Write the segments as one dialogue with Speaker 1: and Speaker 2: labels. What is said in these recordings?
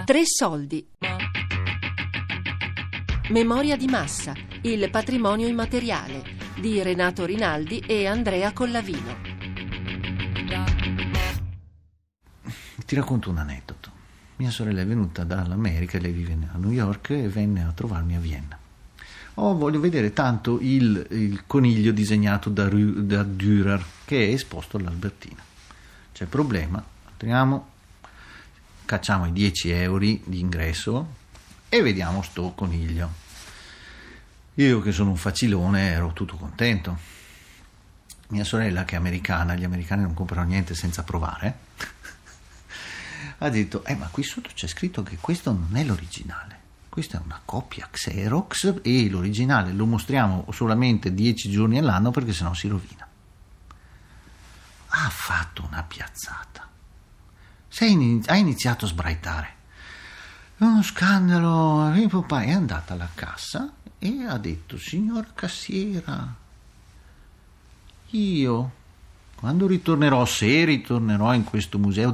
Speaker 1: Tre soldi. Memoria di massa, il patrimonio immateriale di Renato Rinaldi e Andrea Collavino.
Speaker 2: Ti racconto un aneddoto. Mia sorella è venuta dall'America, lei vive a New York, e venne a trovarmi a Vienna. Voglio vedere tanto il coniglio disegnato da Dürer, che è esposto all'Albertina. C'è problema, entriamo, cacciamo i 10 euro di ingresso e vediamo sto coniglio. Io, che sono un facilone, ero tutto contento. Mia sorella, che è americana, gli americani non comprano niente senza provare, ha detto: ma qui sotto c'è scritto che questo non è l'originale, questa è una copia Xerox e l'originale lo mostriamo solamente 10 giorni all'anno perché sennò si rovina. Ha fatto una piazzata, ha iniziato a sbraitare, uno scandalo. È andata alla cassa e ha detto: signora cassiera, io quando ritornerò, se ritornerò in questo museo,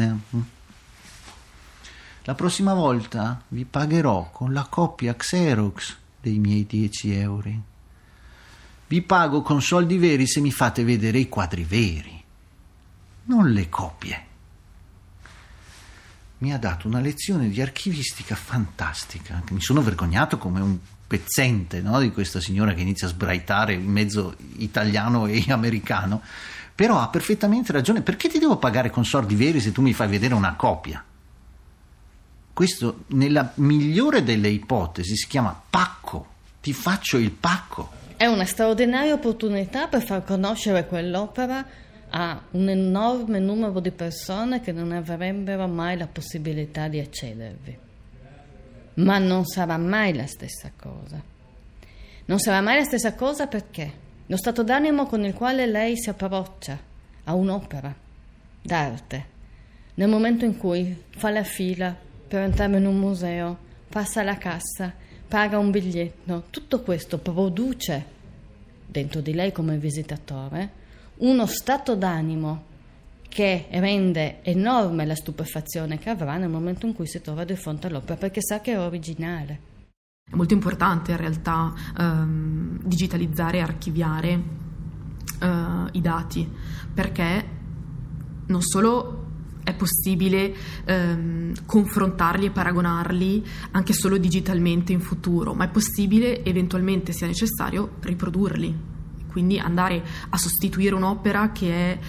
Speaker 2: la prossima volta vi pagherò con la copia Xerox dei miei 10 euro. Vi pago con soldi veri se mi fate vedere i quadri veri, non le copie. Mi ha dato una lezione di archivistica fantastica, che mi sono vergognato come un pezzente, no? Di questa signora che inizia a sbraitare in mezzo italiano e americano. Però ha perfettamente ragione. Perché ti devo pagare con soldi veri se tu mi fai vedere una copia? Questo, nella migliore delle ipotesi, si chiama pacco. Ti faccio il pacco.
Speaker 3: È una straordinaria opportunità per far conoscere quell'opera a un enorme numero di persone che non avrebbero mai la possibilità di accedervi. Ma non sarà mai la stessa cosa. Non sarà mai la stessa cosa perché lo stato d'animo con il quale lei si approccia a un'opera d'arte, nel momento in cui fa la fila per entrare in un museo, passa alla cassa, paga un biglietto, tutto questo produce dentro di lei come visitatore uno stato d'animo che rende enorme la stupefazione che avrà nel momento in cui si trova di fronte all'opera, perché sa che è originale.
Speaker 4: È molto importante in realtà digitalizzare e archiviare i dati, perché non solo è possibile confrontarli e paragonarli anche solo digitalmente in futuro, ma è possibile, eventualmente sia necessario, riprodurli. Quindi andare a sostituire un'opera che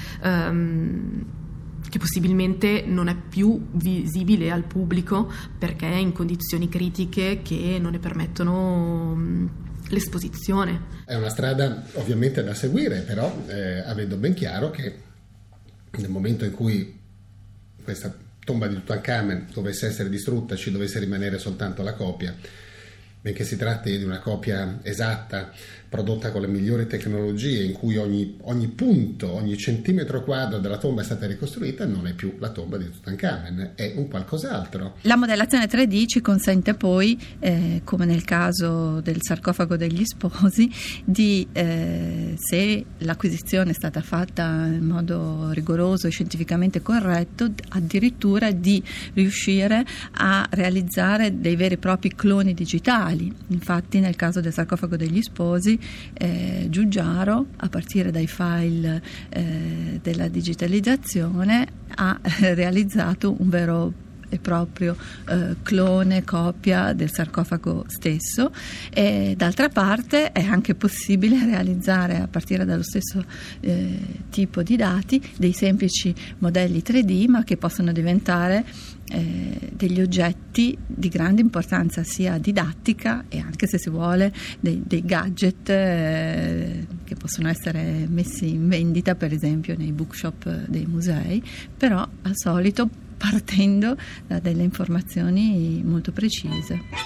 Speaker 4: possibilmente non è più visibile al pubblico perché è in condizioni critiche che non ne permettono l'esposizione.
Speaker 5: È una strada ovviamente da seguire, però avendo ben chiaro che nel momento in cui questa tomba di Tutankhamen dovesse essere distrutta, ci dovesse rimanere soltanto la copia, benché si tratti di una copia esatta, prodotta con le migliori tecnologie, in cui ogni punto, ogni centimetro quadro della tomba è stata ricostruita, non è più la tomba di Tutankhamen, è un qualcos'altro.
Speaker 6: La modellazione 3D ci consente poi, come nel caso del sarcofago degli sposi, di, se l'acquisizione è stata fatta in modo rigoroso e scientificamente corretto, addirittura di riuscire a realizzare dei veri e propri cloni digitali. Infatti nel caso del sarcofago degli sposi, Giugiaro, a partire dai file della digitalizzazione, ha realizzato un vero e proprio clone, copia del sarcofago stesso, e d'altra parte è anche possibile realizzare, a partire dallo stesso tipo di dati, dei semplici modelli 3D, ma che possono diventare degli oggetti di grande importanza sia didattica e anche, se si vuole, dei gadget che possono essere messi in vendita, per esempio nei bookshop dei musei, però al solito partendo da delle informazioni molto precise.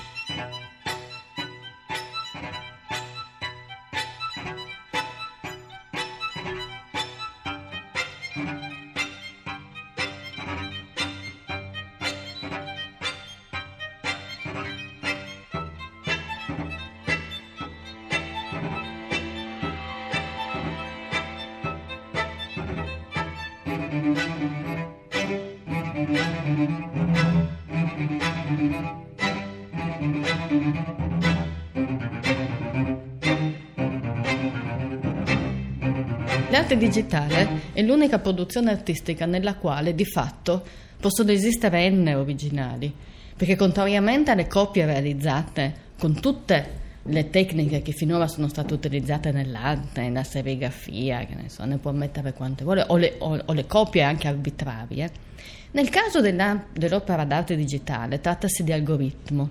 Speaker 3: L'arte digitale è l'unica produzione artistica nella quale di fatto possono esistere N originali, perché contrariamente alle copie realizzate con tutte le tecniche che finora sono state utilizzate nell'arte, nella serigrafia, che ne può mettere quante vuole, o le copie anche arbitrarie, nel caso dell'opera d'arte digitale trattasi di algoritmo.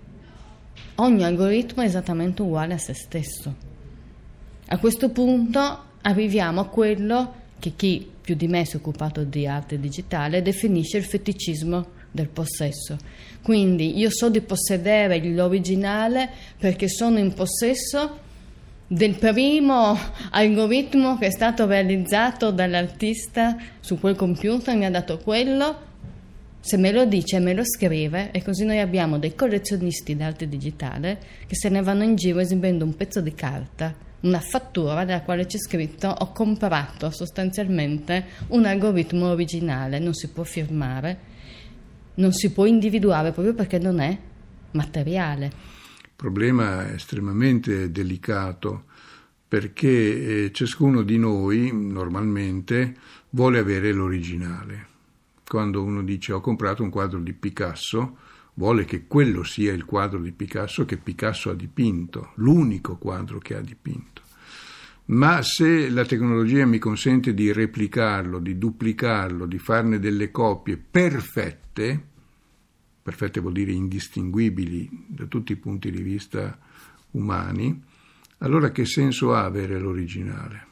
Speaker 3: Ogni algoritmo è esattamente uguale a se stesso. A questo punto arriviamo a quello che chi più di me si è occupato di arte digitale definisce il feticismo del possesso. Quindi io so di possedere l'originale perché sono in possesso del primo algoritmo che è stato realizzato dall'artista su quel computer, mi ha dato quello, se me lo dice me lo scrive, e così noi abbiamo dei collezionisti d'arte digitale che se ne vanno in giro esibendo un pezzo di carta, una fattura nella quale c'è scritto: ho comprato sostanzialmente un algoritmo originale. Non si può firmare, non si può individuare proprio perché non è materiale.
Speaker 7: Problema estremamente delicato, perché ciascuno di noi normalmente vuole avere l'originale. Quando uno dice ho comprato un quadro di Picasso, vuole che quello sia il quadro di Picasso che Picasso ha dipinto, l'unico quadro che ha dipinto. Ma se la tecnologia mi consente di replicarlo, di duplicarlo, di farne delle copie perfette vuol dire indistinguibili da tutti i punti di vista umani, allora che senso ha avere l'originale?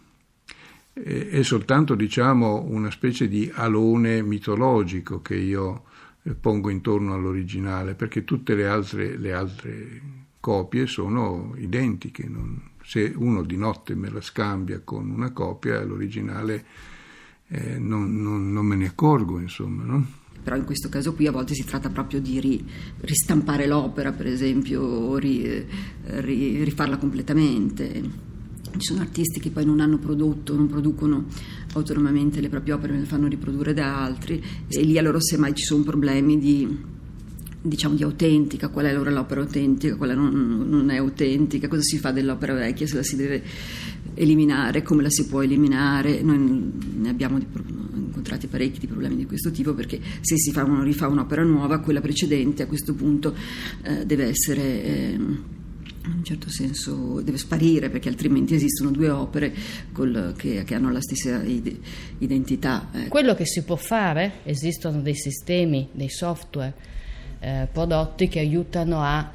Speaker 7: È soltanto, diciamo, una specie di alone mitologico che io pongo intorno all'originale, perché tutte le altre copie sono identiche. Se uno di notte me la scambia con una copia, l'originale non me ne accorgo, insomma, no?
Speaker 8: Però in questo caso qui a volte si tratta proprio di ristampare l'opera, per esempio, o rifarla completamente. Ci sono artisti che poi non hanno prodotto, non producono autonomamente le proprie opere, me le fanno riprodurre da altri, e lì allora semmai ci sono problemi di autentica, qual è allora l'opera autentica, quale non è autentica, cosa si fa dell'opera vecchia, se la si deve eliminare, come la si può eliminare. Noi ne abbiamo incontrati parecchi di problemi di questo tipo, perché se si rifà un'opera nuova, quella precedente a questo punto deve essere in un certo senso deve sparire, perché altrimenti esistono due opere che hanno la stessa identità.
Speaker 3: Quello che si può fare, esistono dei sistemi, dei software prodotti che aiutano a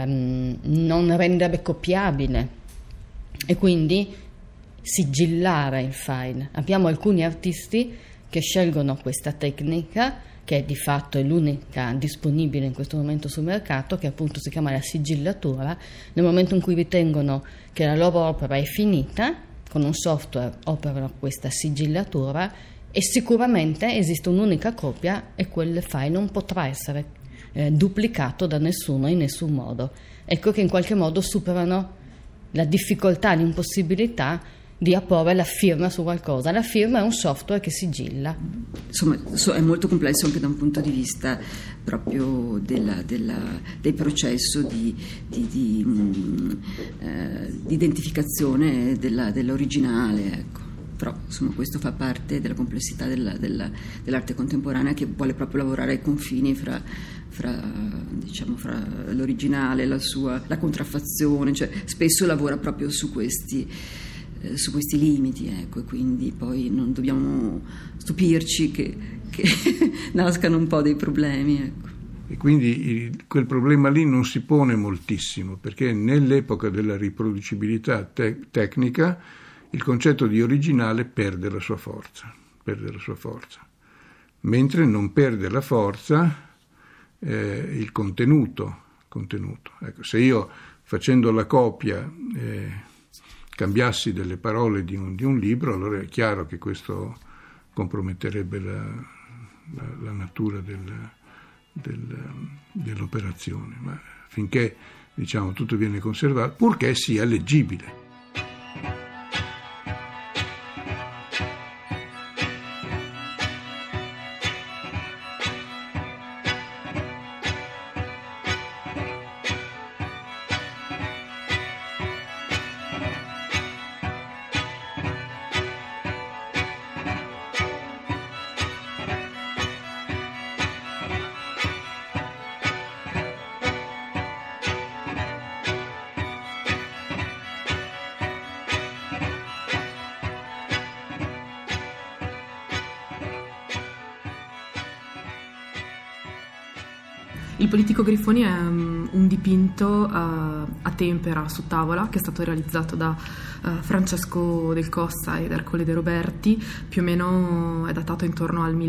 Speaker 3: non rendere copiabile e quindi sigillare il file. Abbiamo alcuni artisti che scelgono questa tecnica, che di fatto è l'unica disponibile in questo momento sul mercato, che appunto si chiama la sigillatura. Nel momento in cui ritengono che la loro opera è finita, con un software operano questa sigillatura e sicuramente esiste un'unica copia e quel file non potrà essere duplicato da nessuno in nessun modo. Ecco che in qualche modo superano la difficoltà, l'impossibilità di apporre la firma su qualcosa. La firma è un software che sigilla.
Speaker 8: Insomma, è molto complesso anche da un punto di vista proprio del processo di identificazione dell'originale, ecco. Però insomma questo fa parte della complessità dell'arte contemporanea, che vuole proprio lavorare ai confini fra l'originale, la contraffazione, cioè spesso lavora proprio su questi limiti, ecco, e quindi poi non dobbiamo stupirci che nascano un po' dei problemi, ecco.
Speaker 7: E quindi quel problema lì non si pone moltissimo, perché nell'epoca della riproducibilità tecnica il concetto di originale perde la sua forza, mentre non perde la forza il contenuto. Ecco, se io facendo la copia cambiassi delle parole di un libro, allora è chiaro che questo comprometterebbe la natura dell'operazione, ma finché tutto viene conservato, purché sia leggibile.
Speaker 4: Il Politico Grifoni è un dipinto a tempera su tavola che è stato realizzato da Francesco Del Cossa ed Ercole De Roberti, più o meno è datato intorno al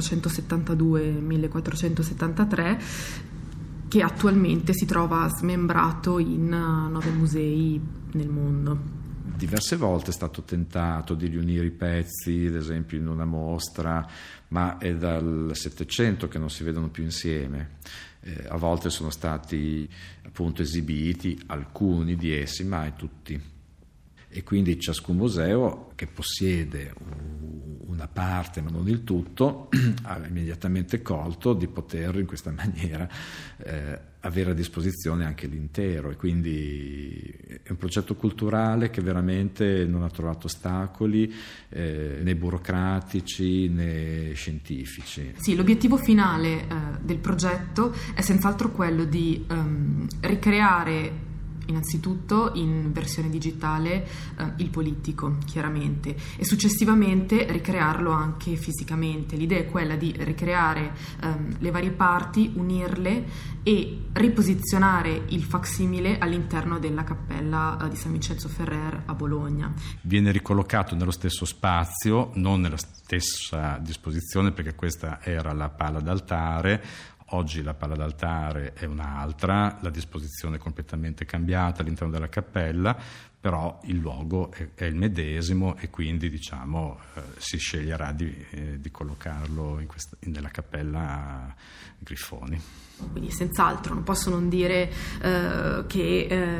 Speaker 4: 1472-1473, che attualmente si trova smembrato in 9 musei nel mondo.
Speaker 9: Diverse volte è stato tentato di riunire i pezzi, ad esempio in una mostra, ma è dal Settecento che non si vedono più insieme. A volte sono stati appunto esibiti alcuni di essi, mai tutti. E quindi ciascun museo che possiede una parte ma non il tutto ha immediatamente colto di poter in questa maniera avere a disposizione anche l'intero, e quindi è un progetto culturale che veramente non ha trovato ostacoli né burocratici né scientifici.
Speaker 4: Sì, l'obiettivo finale del progetto è senz'altro quello di ricreare innanzitutto in versione digitale il Politico, chiaramente, e successivamente ricrearlo anche fisicamente. L'idea è quella di ricreare le varie parti, unirle e riposizionare il facsimile all'interno della cappella di San Vincenzo Ferrer a Bologna.
Speaker 10: Viene ricollocato nello stesso spazio, non nella stessa disposizione, perché questa era la pala d'altare. Oggi la pala d'altare è un'altra, la disposizione è completamente cambiata all'interno della cappella, però il luogo è il medesimo, e quindi si sceglierà di collocarlo nella cappella Grifoni.
Speaker 4: Quindi senz'altro non posso non dire che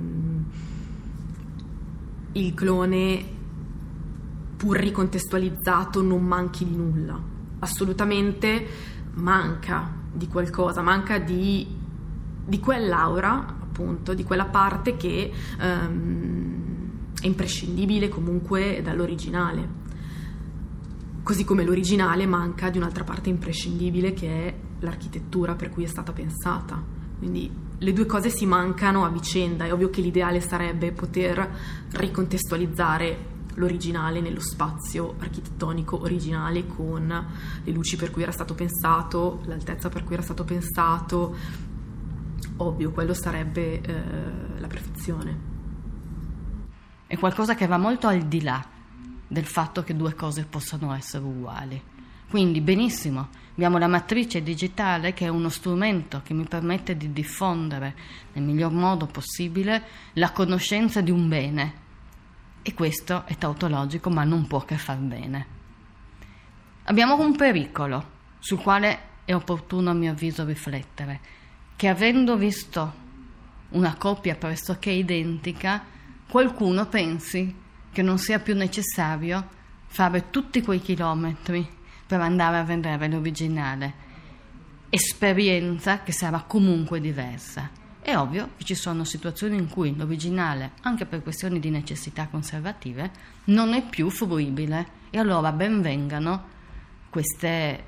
Speaker 4: il clone, pur ricontestualizzato, non manchi di nulla. Assolutamente manca di qualcosa, manca di quell'aura, appunto, di quella parte che è imprescindibile comunque dall'originale, così come l'originale manca di un'altra parte imprescindibile che è l'architettura per cui è stata pensata. Quindi le due cose si mancano a vicenda. È ovvio che l'ideale sarebbe poter ricontestualizzare l'originale nello spazio architettonico originale, con le luci per cui era stato pensato, l'altezza per cui era stato pensato. Ovvio, quello sarebbe la perfezione.
Speaker 3: È qualcosa che va molto al di là del fatto che due cose possano essere uguali. Quindi benissimo, abbiamo la matrice digitale, che è uno strumento che mi permette di diffondere nel miglior modo possibile la conoscenza di un bene. E questo è tautologico, ma non può che far bene. Abbiamo un pericolo sul quale è opportuno, a mio avviso, riflettere, che avendo visto una coppia pressoché identica, qualcuno pensi che non sia più necessario fare tutti quei chilometri per andare a vedere l'originale, esperienza che sarà comunque diversa. È ovvio che ci sono situazioni in cui l'originale, anche per questioni di necessità conservative, non è più fruibile, e allora ben vengano queste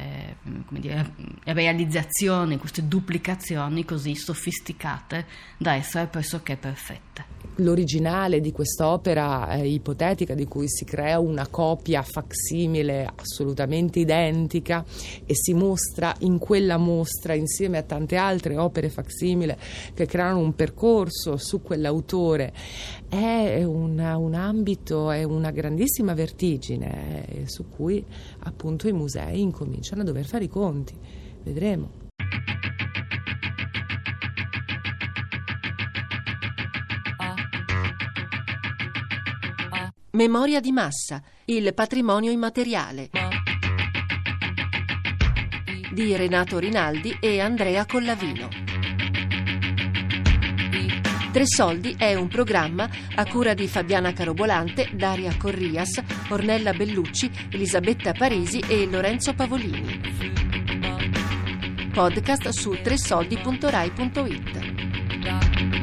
Speaker 3: realizzazioni, queste duplicazioni così sofisticate da essere pressoché perfette.
Speaker 11: L'originale di quest'opera ipotetica, di cui si crea una copia facsimile assolutamente identica e si mostra in quella mostra insieme a tante altre opere facsimile che creano un percorso su quell'autore, è un ambito, è una grandissima vertigine su cui appunto i musei incominciano a dover fare i conti. Vedremo.
Speaker 1: Memoria di massa, il patrimonio immateriale di Renato Rinaldi e Andrea Collavino. Tre Soldi è un programma a cura di Fabiana Carobolante, Daria Corrias, Ornella Bellucci, Elisabetta Parisi e Lorenzo Pavolini. Podcast su tresoldi.rai.it.